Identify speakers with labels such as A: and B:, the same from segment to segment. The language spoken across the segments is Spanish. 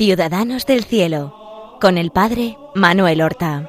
A: Ciudadanos del Cielo, con el Padre Manuel Horta.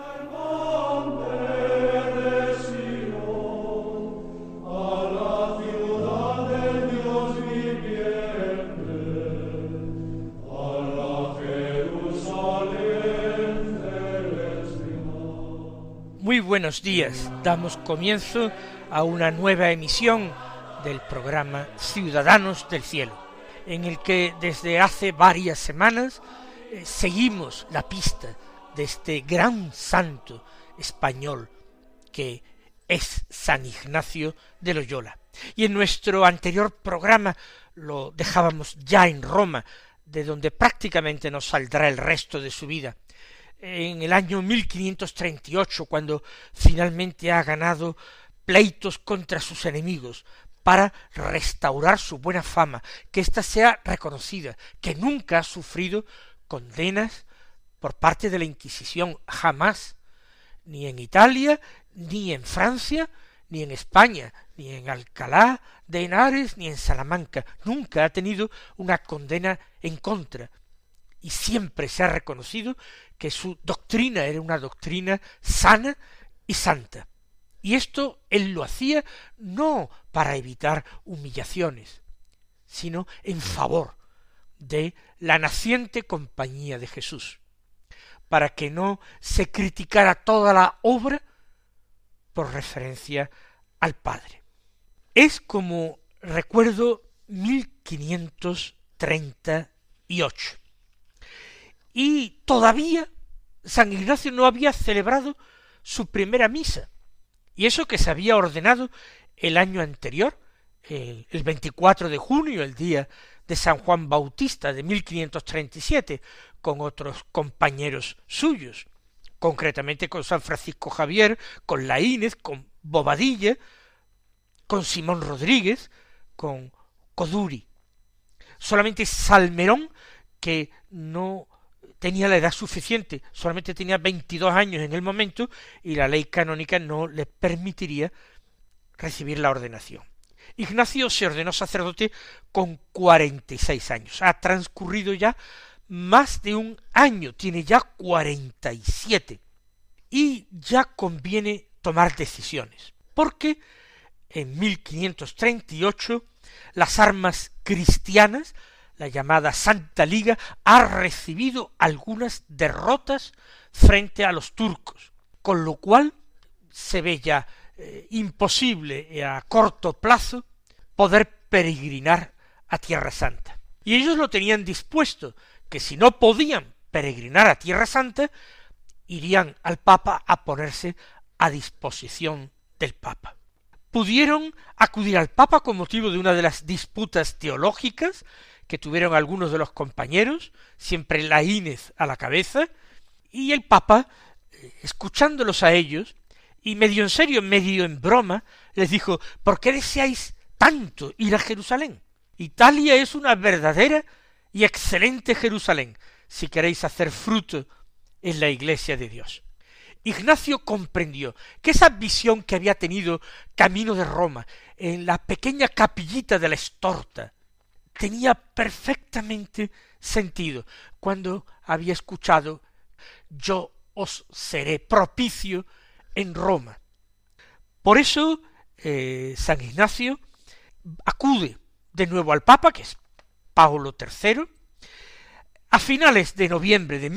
B: Muy buenos días, damos comienzo a una nueva emisión del programa Ciudadanos del Cielo, en el que desde hace varias semanas seguimos la pista de este gran santo español que es San Ignacio de Loyola. Y en nuestro anterior programa lo dejábamos ya en Roma, de donde prácticamente nos saldrá el resto de su vida, en el año 1538, cuando finalmente ha ganado pleitos contra sus enemigos para restaurar su buena fama, que ésta sea reconocida, que nunca ha sufrido condenas por parte de la Inquisición, jamás, ni en Italia, ni en Francia, ni en España, ni en Alcalá de Henares, ni en Salamanca, nunca ha tenido una condena en contra, y siempre se ha reconocido que su doctrina era una doctrina sana y santa. Y esto él lo hacía no para evitar humillaciones, sino en favor de la naciente compañía de Jesús, para que no se criticara toda la obra por referencia al Padre. Es como recuerdo 1538. Y todavía San Ignacio no había celebrado su primera misa, y eso que se había ordenado el año anterior, el 24 de junio, el día de San Juan Bautista de 1537, con otros compañeros suyos, concretamente con San Francisco Javier, con Laínez, con Bobadilla, con Simón Rodríguez, con Coduri. Solamente Salmerón, que no tenía la edad suficiente, solamente tenía 22 años en el momento, y la ley canónica no le permitiría recibir la ordenación. Ignacio se ordenó sacerdote con 46 años. Ha transcurrido ya más de un año, tiene ya 47. Y ya conviene tomar decisiones, porque en 1538 las armas cristianas, la llamada Santa Liga, ha recibido algunas derrotas frente a los turcos, con lo cual se ve ya imposible a corto plazo poder peregrinar a Tierra Santa. Y ellos lo tenían dispuesto, que si no podían peregrinar a Tierra Santa, irían al Papa a ponerse a disposición del Papa. Pudieron acudir al Papa con motivo de una de las disputas teológicas que tuvieron algunos de los compañeros, siempre Laínez a la cabeza, y el Papa, escuchándolos a ellos, y medio en serio, medio en broma, les dijo: ¿por qué deseáis tanto ir a Jerusalén? Italia es una verdadera y excelente Jerusalén, si queréis hacer fruto en la Iglesia de Dios. Ignacio comprendió que esa visión que había tenido camino de Roma, en la pequeña capillita de la Estorta, tenía perfectamente sentido cuando había escuchado: yo os seré propicio en Roma. Por eso San Ignacio acude de nuevo al Papa, que es Pablo III, a finales de noviembre de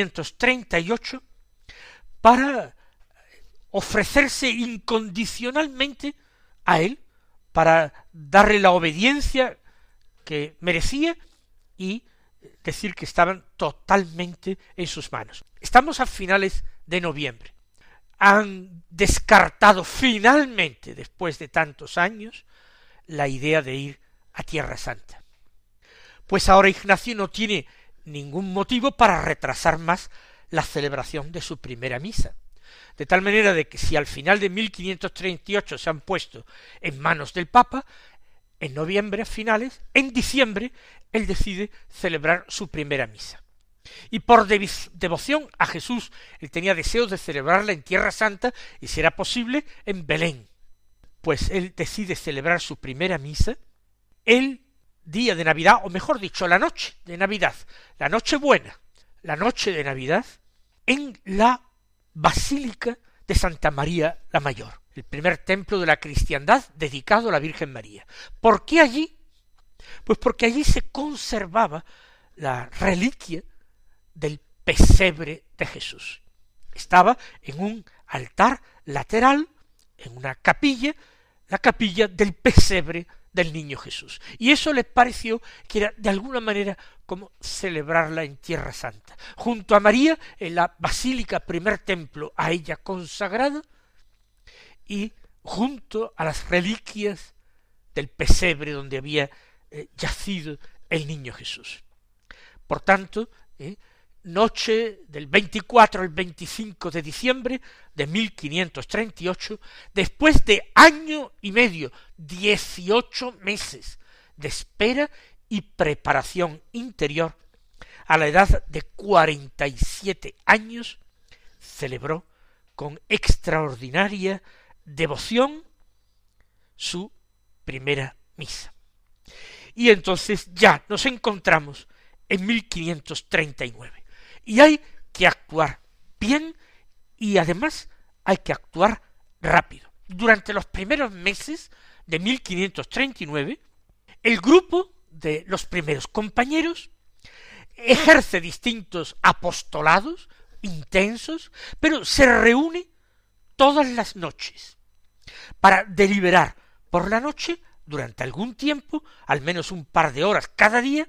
B: 1538, para ofrecerse incondicionalmente a él, para darle la obediencia que merecía y decir que estaban totalmente en sus manos. Estamos a finales de noviembre. Han descartado finalmente, después de tantos años, la idea de ir a Tierra Santa. Pues ahora Ignacio no tiene ningún motivo para retrasar más la celebración de su primera misa. De tal manera de que si al final de 1538 se han puesto en manos del Papa, en noviembre, a finales, en diciembre, él decide celebrar su primera misa. Y por devoción a Jesús, él tenía deseos de celebrarla en Tierra Santa y, si era posible, en Belén. Pues él decide celebrar su primera misa. Él día de Navidad, o mejor dicho, la noche de Navidad, la noche buena, la noche de Navidad, en la Basílica de Santa María la Mayor, el primer templo de la cristiandad dedicado a la Virgen María. ¿Por qué allí? Pues porque allí se conservaba la reliquia del pesebre de Jesús. Estaba en un altar lateral, en una capilla, la capilla del pesebre del niño Jesús. Y eso les pareció que era de alguna manera como celebrarla en Tierra Santa. Junto a María, en la basílica, primer templo a ella consagrado, y junto a las reliquias del pesebre donde había yacido el niño Jesús. Por tanto, noche del 24 al 25 de diciembre de 1538, después de año y medio, 18 meses de espera y preparación interior, a la edad de 47 años, celebró con extraordinaria devoción su primera misa. Y entonces ya nos encontramos en 1539. Y hay que actuar bien y además hay que actuar rápido. Durante los primeros meses de 1539, el grupo de los primeros compañeros ejerce distintos apostolados intensos, pero se reúne todas las noches para deliberar por la noche durante algún tiempo, al menos un par de horas cada día,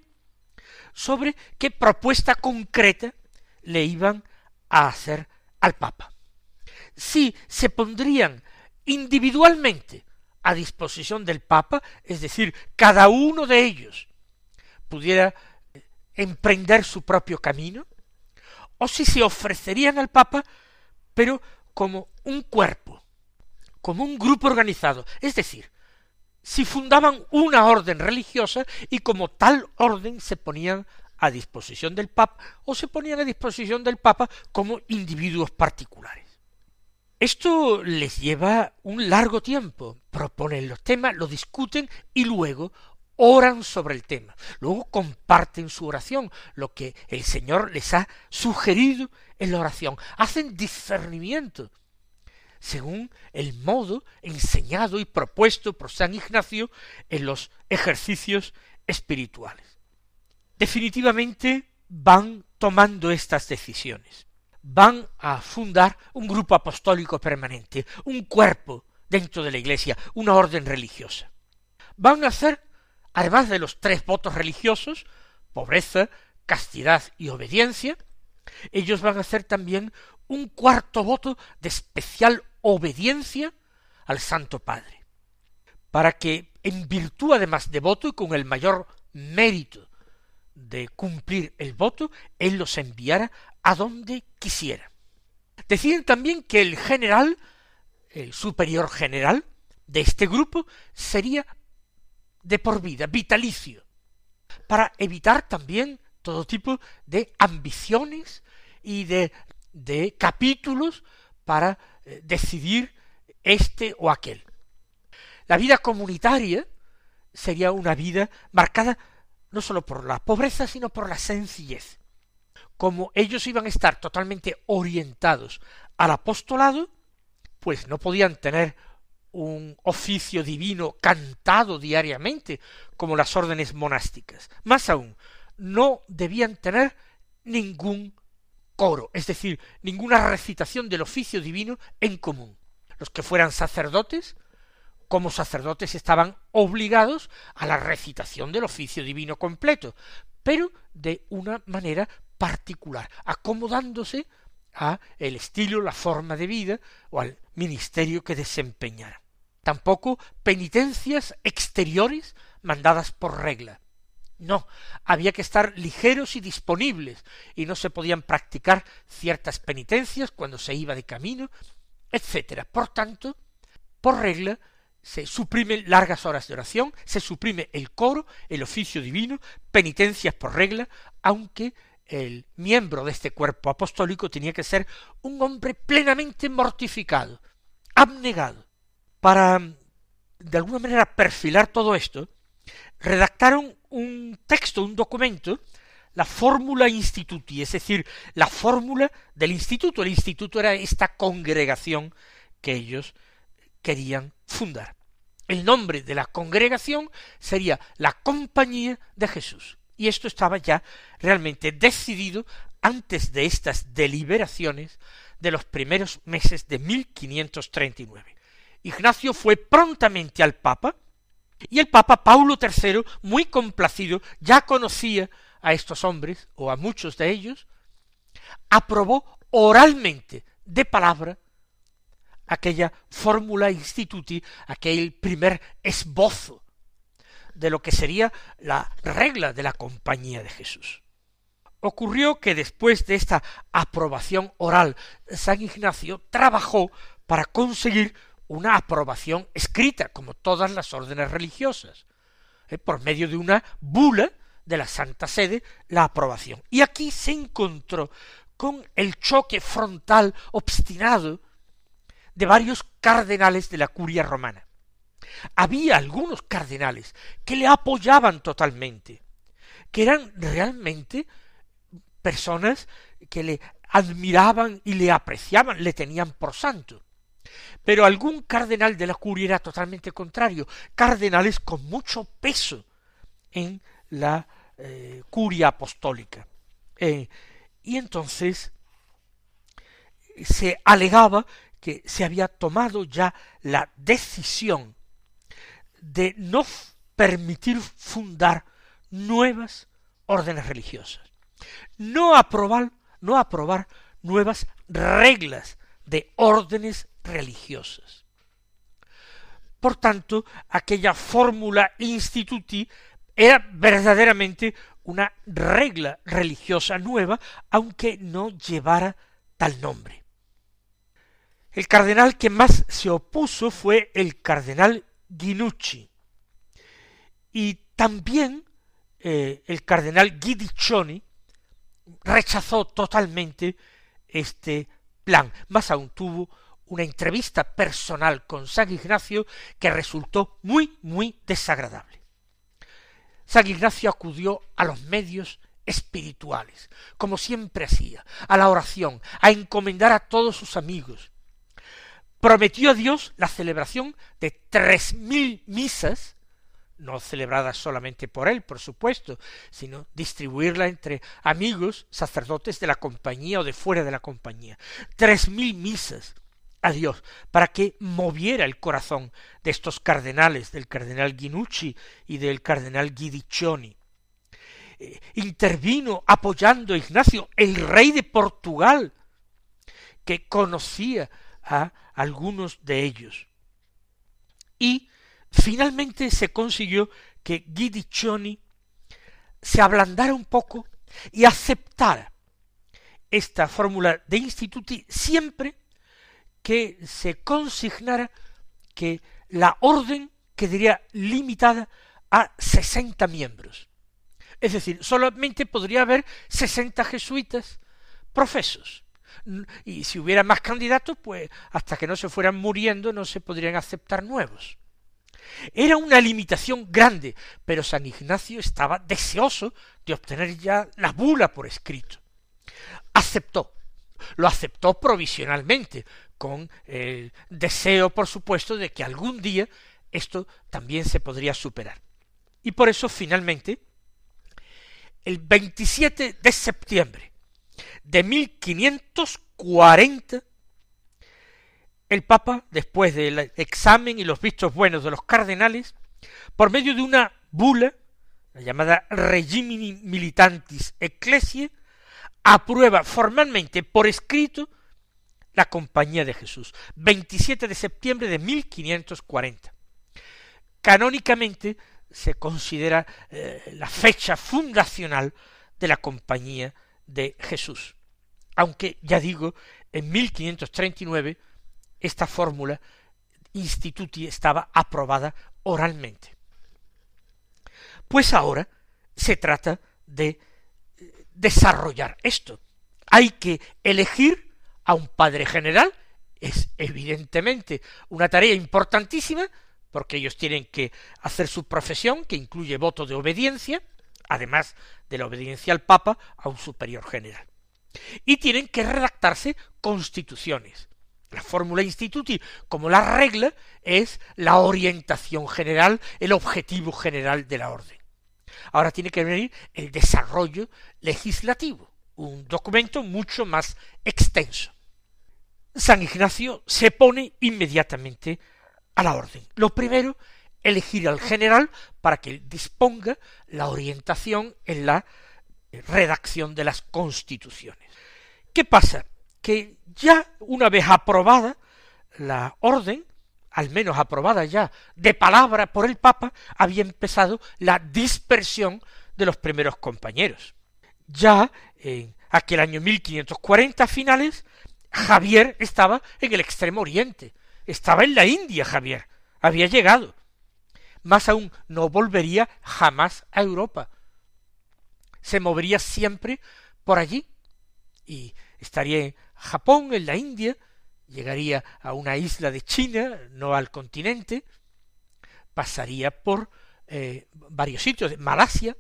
B: sobre qué propuesta concreta le iban a hacer al Papa. Si se pondrían individualmente a disposición del Papa, es decir, cada uno de ellos pudiera emprender su propio camino, o si se ofrecerían al Papa, pero como un cuerpo, como un grupo organizado, es decir, si fundaban una orden religiosa y como tal orden se ponían a disposición del Papa o se ponían a disposición del Papa como individuos particulares. Esto les lleva un largo tiempo, proponen los temas, lo discuten y luego oran sobre el tema, luego comparten su oración, lo que el Señor les ha sugerido en la oración, hacen discernimiento según el modo enseñado y propuesto por San Ignacio en los ejercicios espirituales. Definitivamente van tomando estas decisiones. Van a fundar un grupo apostólico permanente, un cuerpo dentro de la Iglesia, una orden religiosa. Van a hacer, además de los 3 votos religiosos, pobreza, castidad y obediencia, ellos van a hacer también un 4.º voto de especial obediencia al Santo Padre, para que en virtud además de voto y con el mayor mérito de cumplir el voto, él los enviara a donde quisiera. Deciden también que el general, el superior general de este grupo, sería de por vida, vitalicio, para evitar también todo tipo de ambiciones y de capítulos para decidir este o aquel. La vida comunitaria sería una vida marcada no sólo por la pobreza, sino por la sencillez. Como ellos iban a estar totalmente orientados al apostolado, pues no podían tener un oficio divino cantado diariamente, como las órdenes monásticas. Más aún, no debían tener ningún coro, es decir, ninguna recitación del oficio divino en común. Los que fueran sacerdotes, como sacerdotes estaban obligados a la recitación del oficio divino completo, pero de una manera particular, acomodándose a el estilo, la forma de vida o al ministerio que desempeñaran. Tampoco penitencias exteriores mandadas por regla. No, había que estar ligeros y disponibles, y no se podían practicar ciertas penitencias cuando se iba de camino, etc. Por tanto, por regla, se suprimen largas horas de oración, se suprime el coro, el oficio divino, penitencias por regla, aunque el miembro de este cuerpo apostólico tenía que ser un hombre plenamente mortificado, abnegado. Para, de alguna manera, perfilar todo esto, redactaron un texto, un documento, la Formula Instituti, es decir, la fórmula del instituto. El instituto era esta congregación que ellos querían fundar. El nombre de la congregación sería la Compañía de Jesús. Y esto estaba ya realmente decidido antes de estas deliberaciones de los primeros meses de 1539. Ignacio fue prontamente al Papa, y el Papa Paulo III, muy complacido, ya conocía a estos hombres, o a muchos de ellos, aprobó oralmente, de palabra, aquella Fórmula Instituti, aquel primer esbozo de lo que sería la regla de la Compañía de Jesús. Ocurrió que después de esta aprobación oral, San Ignacio trabajó para conseguir una aprobación escrita, como todas las órdenes religiosas, por medio de una bula de la Santa Sede, la aprobación. Y aquí se encontró con el choque frontal obstinado de varios cardenales de la curia romana. Había algunos cardenales que le apoyaban totalmente, que eran realmente personas que le admiraban y le apreciaban, le tenían por santo. Pero algún cardenal de la curia era totalmente contrario, cardenales con mucho peso en la curia apostólica. Y entonces se alegaba que se había tomado ya la decisión de no permitir fundar nuevas órdenes religiosas, no aprobar nuevas reglas de órdenes religiosas. Por tanto, aquella Fórmula Instituti era verdaderamente una regla religiosa nueva, aunque no llevara tal nombre. El cardenal que más se opuso fue el cardenal Ghinucci, y también el cardenal Guidiccioni rechazó totalmente este plan. Más aún, tuvo una entrevista personal con San Ignacio que resultó muy, muy desagradable. San Ignacio acudió a los medios espirituales, como siempre hacía, a la oración, a encomendar a todos sus amigos. Prometió a Dios la celebración de 3000 misas, no celebradas solamente por él, por supuesto, sino distribuirla entre amigos, sacerdotes de la compañía o de fuera de la compañía. 3000 misas a Dios, para que moviera el corazón de estos cardenales, del cardenal Ghinucci y del cardenal Guidiccioni. Intervino apoyando a Ignacio, el rey de Portugal, que conocía a algunos de ellos. Y finalmente se consiguió que Guidiccioni se ablandara un poco y aceptara esta fórmula de Instituti siempre que se consignara que la orden quedaría limitada a 60 miembros. Es decir, solamente podría haber 60 jesuitas profesos. Y si hubiera más candidatos, pues hasta que no se fueran muriendo no se podrían aceptar nuevos. Era una limitación grande, pero San Ignacio estaba deseoso de obtener ya la bula por escrito. Lo aceptó provisionalmente, con el deseo, por supuesto, de que algún día esto también se podría superar. Y por eso, finalmente, el 27 de septiembre de 1540, el Papa, después del examen y los vistos buenos de los cardenales, por medio de una bula, la llamada Regimini Militantis Ecclesiae, aprueba formalmente por escrito la Compañía de Jesús, 27 de septiembre de 1540. Canónicamente se considera la fecha fundacional de la Compañía de Jesús, aunque ya digo, en 1539 esta fórmula Instituti estaba aprobada oralmente. Pues ahora se trata de desarrollar esto. Hay que elegir a un padre general, es evidentemente una tarea importantísima, porque ellos tienen que hacer su profesión, que incluye voto de obediencia, además de la obediencia al Papa, a un superior general. Y tienen que redactarse constituciones. La fórmula instituti, como la regla, es la orientación general, el objetivo general de la orden. Ahora tiene que venir el desarrollo legislativo, un documento mucho más extenso. San Ignacio se pone inmediatamente a la orden. Lo primero, elegir al general para que disponga la orientación en la redacción de las constituciones. ¿Qué pasa? Que ya una vez aprobada la orden, al menos aprobada ya de palabra por el Papa, había empezado la dispersión de los primeros compañeros. Ya en aquel año 1540 finales, Javier estaba en el extremo oriente, estaba en la India Javier, había llegado. Más aún, no volvería jamás a Europa. Se movería siempre por allí y estaría en Japón, en la India, llegaría a una isla de China, no al continente, pasaría por varios sitios, de Malasia.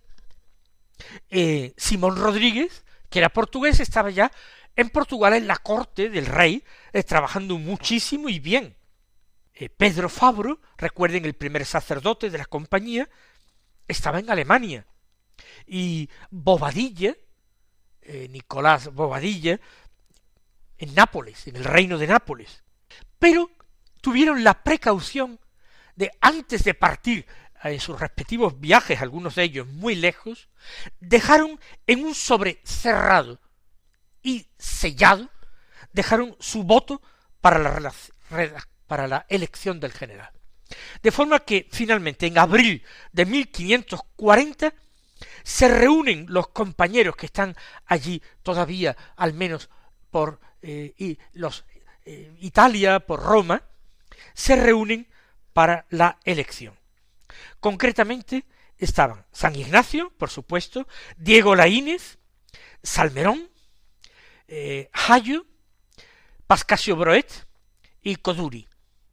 B: Simón Rodríguez, que era portugués, estaba ya en Portugal, en la corte del rey, trabajando muchísimo y bien. Pedro Fabro, recuerden, el primer sacerdote de la compañía, estaba en Alemania. Y Bobadilla, Nicolás Bobadilla, en Nápoles, en el reino de Nápoles. Pero tuvieron la precaución de, antes de partir en sus respectivos viajes, algunos de ellos muy lejos, dejaron en un sobre cerrado y sellado, dejaron su voto para la elección del general. De forma que finalmente en abril de 1540 se reúnen los compañeros que están allí todavía, al menos por Italia, por Roma, se reúnen para la elección. Concretamente estaban San Ignacio, por supuesto, Diego Laínez, Salmerón, Hayo, Pascasio Broet y Coduri.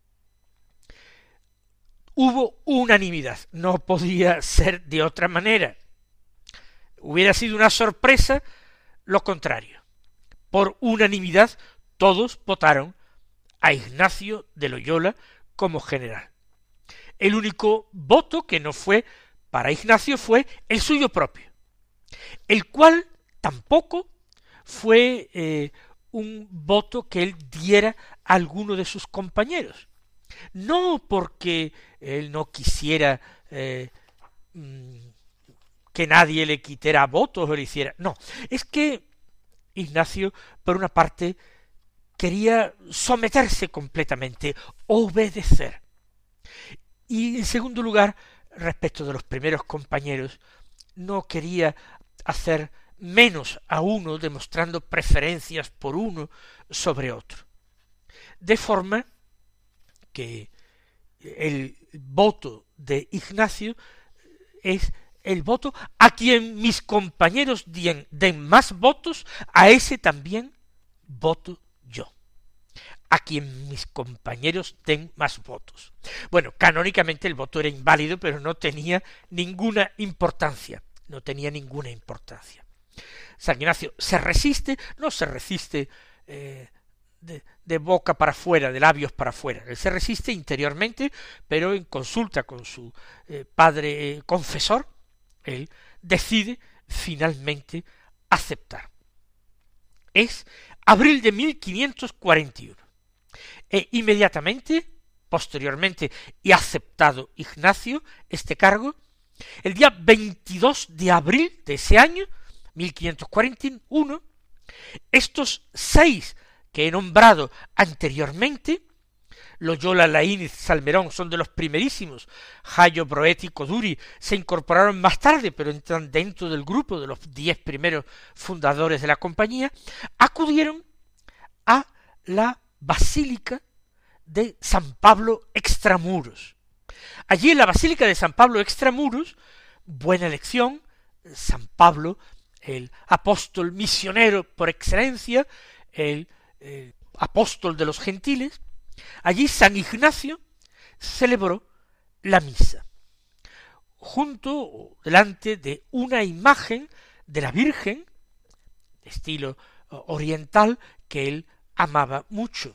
B: Hubo unanimidad, no podía ser de otra manera. Hubiera sido una sorpresa lo contrario. Por unanimidad todos votaron a Ignacio de Loyola como general. El único voto que no fue para Ignacio fue el suyo propio, el cual tampoco fue un voto que él diera a alguno de sus compañeros. No porque él no quisiera que nadie le quitara votos o le hiciera. No, es que Ignacio, por una parte, quería someterse completamente, obedecer. Y en segundo lugar, respecto de los primeros compañeros, no quería hacer menos a uno, demostrando preferencias por uno sobre otro. De forma que el voto de Ignacio es el voto a quien mis compañeros den más votos, a ese también voto yo. A quien mis compañeros den más votos. Bueno, canónicamente el voto era inválido, pero no tenía ninguna importancia. No tenía ninguna importancia. San Ignacio se resiste, no se resiste de boca para afuera, de labios para afuera. Él se resiste interiormente, pero en consulta con su padre confesor, él decide finalmente aceptar. Es abril de 1541. Inmediatamente, posteriormente, y aceptado Ignacio este cargo, el día 22 de abril de ese año, 1541, estos 6 que he nombrado anteriormente, Loyola, Laínez, Salmerón, son de los primerísimos, Hayo, Broet y Coduri se incorporaron más tarde, pero entran dentro del grupo de los 10 primeros fundadores de la compañía, acudieron a la Basílica de San Pablo Extramuros. Allí en la Basílica de San Pablo Extramuros, buena elección, San Pablo, el apóstol misionero por excelencia, el apóstol de los gentiles, allí San Ignacio celebró la misa, junto o delante de una imagen de la Virgen, de estilo oriental, que él amaba mucho.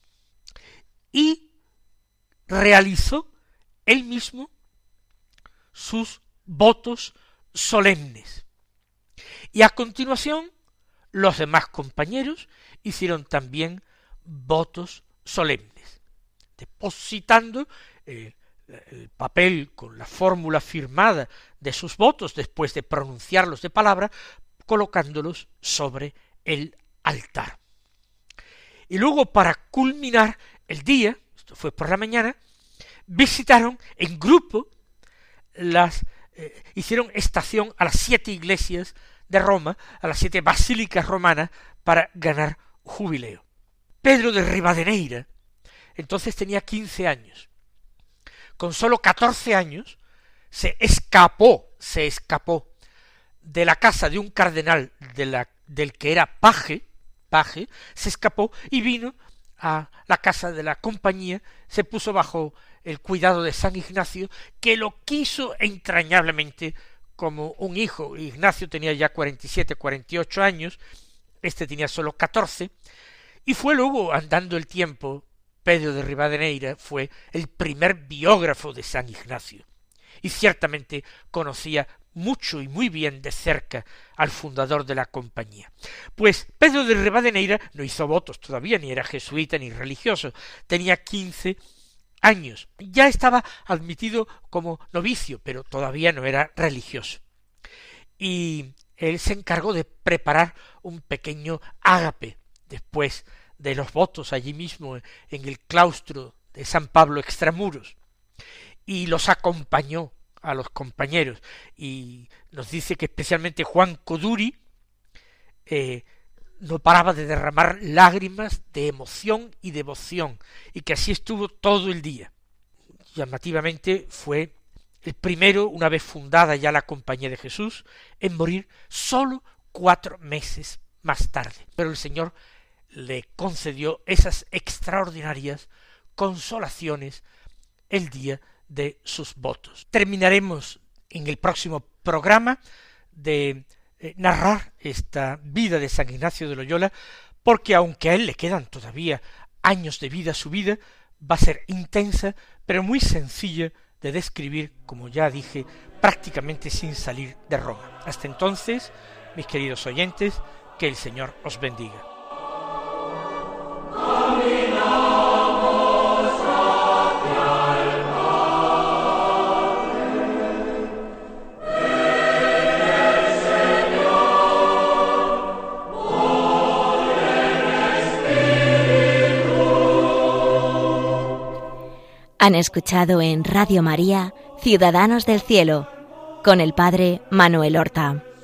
B: Y realizó él mismo sus votos solemnes. Y a continuación, los demás compañeros hicieron también votos solemnes, depositando el papel con la fórmula firmada de sus votos después de pronunciarlos de palabra, colocándolos sobre el altar. Y luego, para culminar el día, esto fue por la mañana, visitaron en grupo hicieron estación a las 7 iglesias de Roma, a las 7 basílicas romanas, para ganar jubileo. Pedro de Rivadeneira entonces tenía 15 años. Con solo 14 años se escapó de la casa de un cardenal del que era paje, se escapó y vino a la casa de la compañía, se puso bajo el cuidado de San Ignacio, que lo quiso entrañablemente como un hijo. Ignacio tenía ya 47, 48 años, este tenía solo 14, y fue luego, andando el tiempo, Pedro de Rivadeneira fue el primer biógrafo de San Ignacio, y ciertamente conocía mucho y muy bien de cerca al fundador de la compañía. Pues Pedro de Rivadeneira no hizo votos todavía, ni era jesuita ni religioso, tenía 15 años, ya estaba admitido como novicio, pero todavía no era religioso. Y él se encargó de preparar un pequeño ágape después de los votos allí mismo en el claustro de San Pablo Extramuros, y los acompañó a los compañeros, y nos dice que especialmente Juan Coduri no paraba de derramar lágrimas de emoción y devoción, y que así estuvo todo el día. Llamativamente fue el primero, una vez fundada ya la Compañía de Jesús, en morir solo 4 meses más tarde. Pero el Señor le concedió esas extraordinarias consolaciones el día de sus votos. Terminaremos en el próximo programa de narrar esta vida de San Ignacio de Loyola, porque aunque a él le quedan todavía años de vida, su vida va a ser intensa, pero muy sencilla de describir, como ya dije, prácticamente sin salir de Roma. Hasta entonces, mis queridos oyentes, que el Señor os bendiga.
A: Han escuchado en Radio María Ciudadanos del Cielo con el Padre Manuel Horta.